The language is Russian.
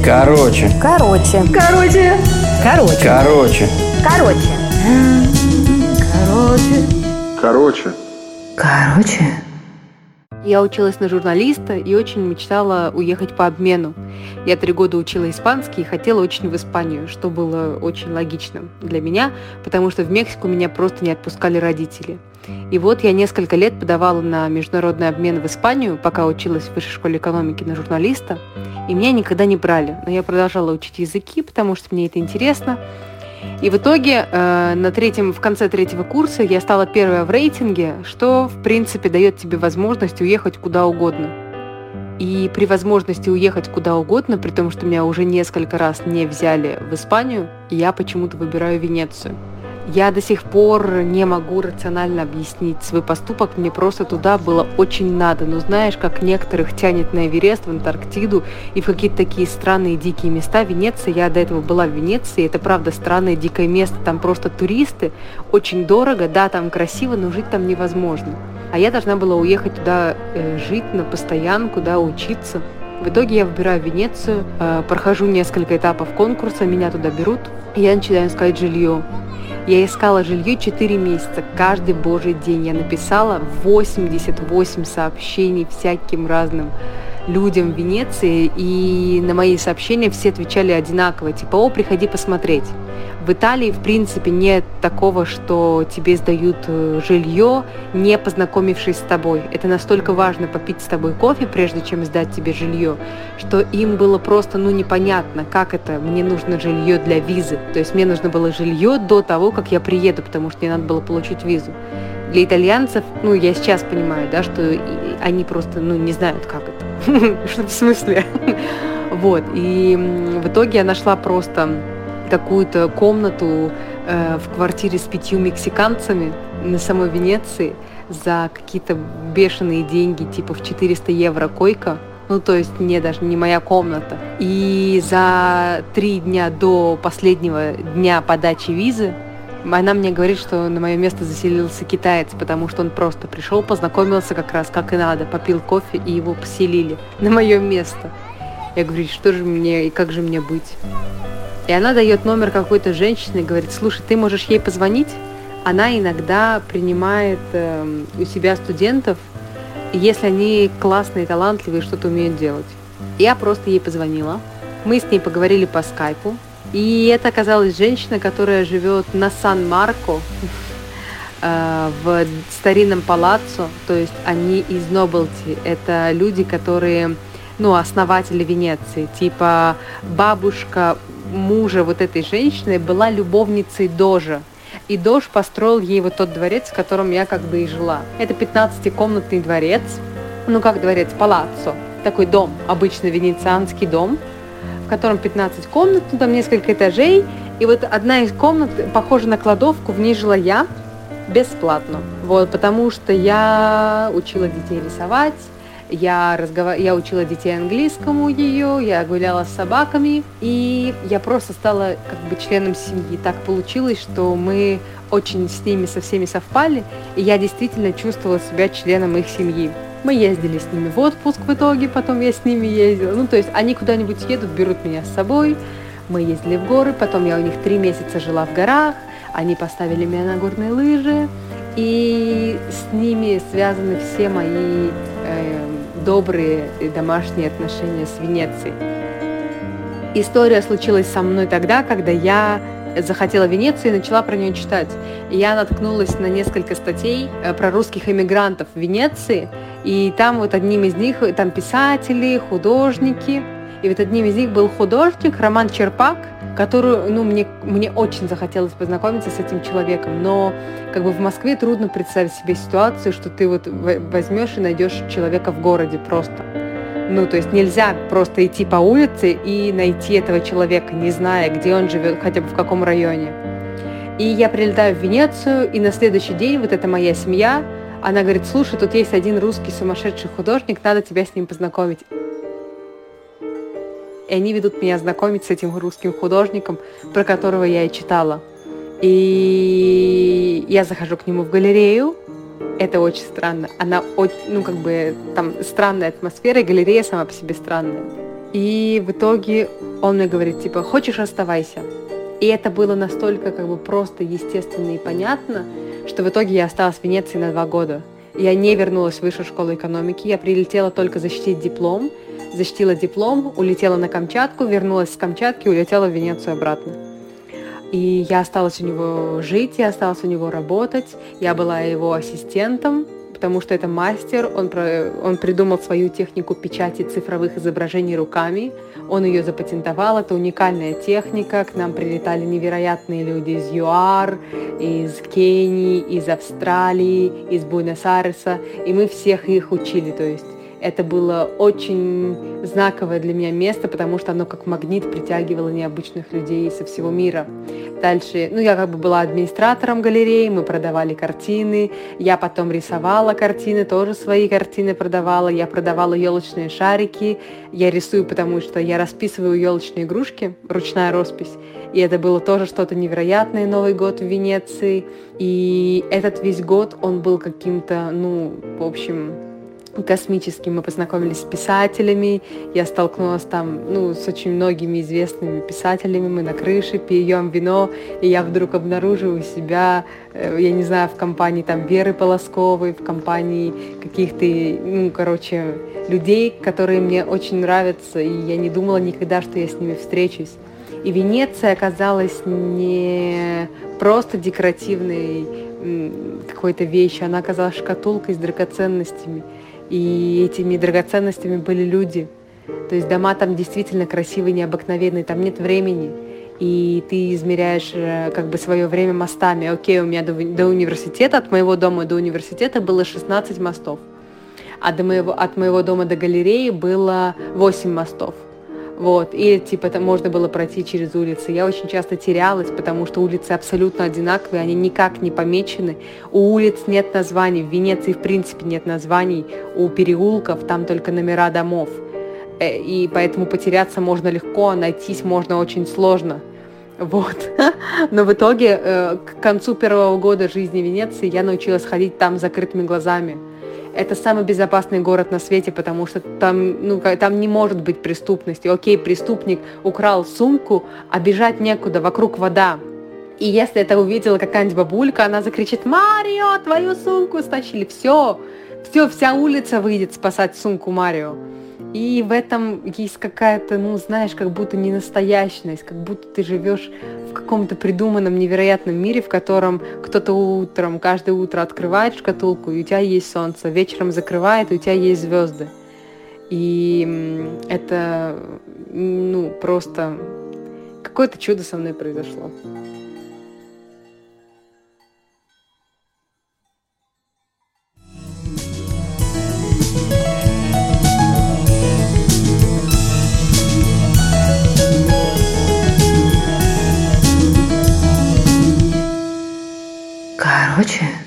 Короче. Короче. Короче. Короче. Короче. Короче. Короче. Короче. Я училась на журналиста и очень мечтала уехать по обмену. Я 3 года учила испанский и хотела очень в Испанию, что было очень логичным для меня, потому что в Мексику меня просто не отпускали родители. И вот я несколько лет подавала на международный обмен в Испанию, пока училась в высшей школе экономики на журналиста, и меня никогда не брали. Но я продолжала учить языки, потому что мне это интересно. И в итоге в конце 3-го курса я стала первой в рейтинге, что, в принципе, дает тебе возможность уехать куда угодно. И при возможности уехать куда угодно, при том, что меня уже несколько раз не взяли в Испанию, я почему-то выбираю Венецию. Я до сих пор не могу рационально объяснить свой поступок, мне просто туда было очень надо. Но знаешь, как некоторых тянет на Эверест, в Антарктиду и в какие-то такие странные дикие места. Венеция, я до этого была в Венеции, это правда странное дикое место, там просто туристы, очень дорого, да, там красиво, но жить там невозможно. А я должна была уехать туда жить на постоянку, да, учиться. В итоге я выбираю Венецию, прохожу несколько этапов конкурса, меня туда берут, и я начинаю искать жилье. Я искала жилье 4 месяца, каждый божий день. Я написала 88 сообщений всяким разным людям в Венеции, и на мои сообщения все отвечали одинаково, типа: «О, приходи посмотреть». В Италии, в принципе, нет такого, что тебе сдают жилье, не познакомившись с тобой. Это настолько важно попить с тобой кофе, прежде чем сдать тебе жилье, что им было просто, непонятно, как это, мне нужно жилье для визы. То есть мне нужно было жилье до того, как я приеду, потому что мне надо было получить визу. Для итальянцев, я сейчас понимаю, да, что они просто, не знают, как это. Что в смысле? Вот, и в итоге я нашла просто какую-то комнату в квартире с 5 мексиканцами на самой Венеции за какие-то бешеные деньги, типа в 400 евро койка. То есть даже не моя комната. И за 3 дня до последнего дня подачи визы она мне говорит, что на мое место заселился китаец, потому что он просто пришел, познакомился как раз как и надо, попил кофе, и его поселили на мое место. Я говорю: что же мне и как же мне быть? И она дает номер какой-то женщины и говорит: слушай, ты можешь ей позвонить? Она иногда принимает у себя студентов, если они классные, талантливые, что-то умеют делать. Я просто ей позвонила. Мы с ней поговорили по скайпу. И это оказалась женщина, которая живет на Сан-Марко, в старинном палаццо. То есть они из Нобилти. Это люди, которые, основатели Венеции. Типа бабушка мужа вот этой женщины была любовницей Дожа. И Дож построил ей вот тот дворец, в котором я как бы и жила. Это 15-комнатный дворец. Как дворец, палаццо. Такой дом, обычно венецианский дом, в котором 15 комнат, там несколько этажей. И вот одна из комнат похожа на кладовку, в ней жила я бесплатно. Потому что я учила детей рисовать, я учила детей английскому ее, я гуляла с собаками, и я просто стала как бы членом семьи. Так получилось, что мы очень с ними со всеми совпали, и я действительно чувствовала себя членом их семьи. Мы ездили с ними в отпуск в итоге, потом я с ними ездила. То есть они куда-нибудь едут, берут меня с собой. Мы ездили в горы, потом я у них 3 месяца жила в горах. Они поставили меня на горные лыжи. И с ними связаны все мои добрые домашние отношения с Венецией. История случилась со мной тогда, когда я захотела Венецию и начала про нее читать. И я наткнулась на несколько статей про русских эмигрантов в Венеции, и там одним из них, там писатели, художники, и одним из них был художник Роман Черпак, который, мне очень захотелось познакомиться с этим человеком, но как бы в Москве трудно представить себе ситуацию, что ты возьмешь и найдешь человека в городе просто. То есть нельзя просто идти по улице и найти этого человека, не зная, где он живет, хотя бы в каком районе. И я прилетаю в Венецию, и на следующий день эта моя семья, она говорит: слушай, тут есть один русский сумасшедший художник, надо тебя с ним познакомить. И они ведут меня знакомить с этим русским художником, про которого я и читала. И я захожу к нему в галерею. Это очень странно. Она, там странная атмосфера, и галерея сама по себе странная. И в итоге он мне говорит, типа, хочешь, оставайся. И это было настолько как бы просто, естественно и понятно, что в итоге я осталась в Венеции на 2 года. Я не вернулась в высшую школу экономики, я прилетела только защитить диплом, защитила диплом, улетела на Камчатку, вернулась с Камчатки, улетела в Венецию обратно. И я осталась у него жить, я осталась у него работать, я была его ассистентом, потому что это мастер, он придумал свою технику печати цифровых изображений руками, он ее запатентовал, это уникальная техника, к нам прилетали невероятные люди из ЮАР, из Кении, из Австралии, из Буэнос-Айреса, и мы всех их учили, то есть это было очень знаковое для меня место, потому что оно как магнит притягивало необычных людей со всего мира. Дальше, я как бы была администратором галереи, мы продавали картины, я потом рисовала картины, тоже свои картины продавала, я продавала елочные шарики, я рисую, потому что я расписываю елочные игрушки, ручная роспись, и это было тоже что-то невероятное, Новый год в Венеции, и этот весь год он был каким-то, в общем, космическим. Мы познакомились с писателями, я столкнулась там, с очень многими известными писателями, мы на крыше пьем вино, и я вдруг обнаруживаю себя, я не знаю, в компании там Веры Полосковой, в компании каких-то, людей, которые мне очень нравятся, и я не думала никогда, что я с ними встречусь. И Венеция оказалась не просто декоративной какой-то вещью, она оказалась шкатулкой с драгоценностями. И этими драгоценностями были люди. То есть дома там действительно красивые, необыкновенные, там нет времени. И ты измеряешь как бы свое время мостами. Окей, у меня до университета, от моего дома до университета было 16 мостов. А от моего дома до галереи было 8 мостов. И это можно было пройти через улицы. Я очень часто терялась, потому что улицы абсолютно одинаковые, они никак не помечены. У улиц нет названий, в Венеции в принципе нет названий, у переулков там только номера домов. И поэтому потеряться можно легко, а найтись можно очень сложно. Но в итоге к концу первого года жизни Венеции я научилась ходить там с закрытыми глазами. Это самый безопасный город на свете, потому что там не может быть преступности. Окей, преступник украл сумку, а бежать некуда, вокруг вода. И если это увидела какая-нибудь бабулька, она закричит: «Марио, твою сумку стащили!» Все, вся улица выйдет спасать сумку Марио. И в этом есть какая-то, как будто ненастоящность, как будто ты живешь в каком-то придуманном невероятном мире, в котором кто-то каждое утро открывает шкатулку, и у тебя есть солнце, вечером закрывает, и у тебя есть звезды. И это, просто какое-то чудо со мной произошло. Короче,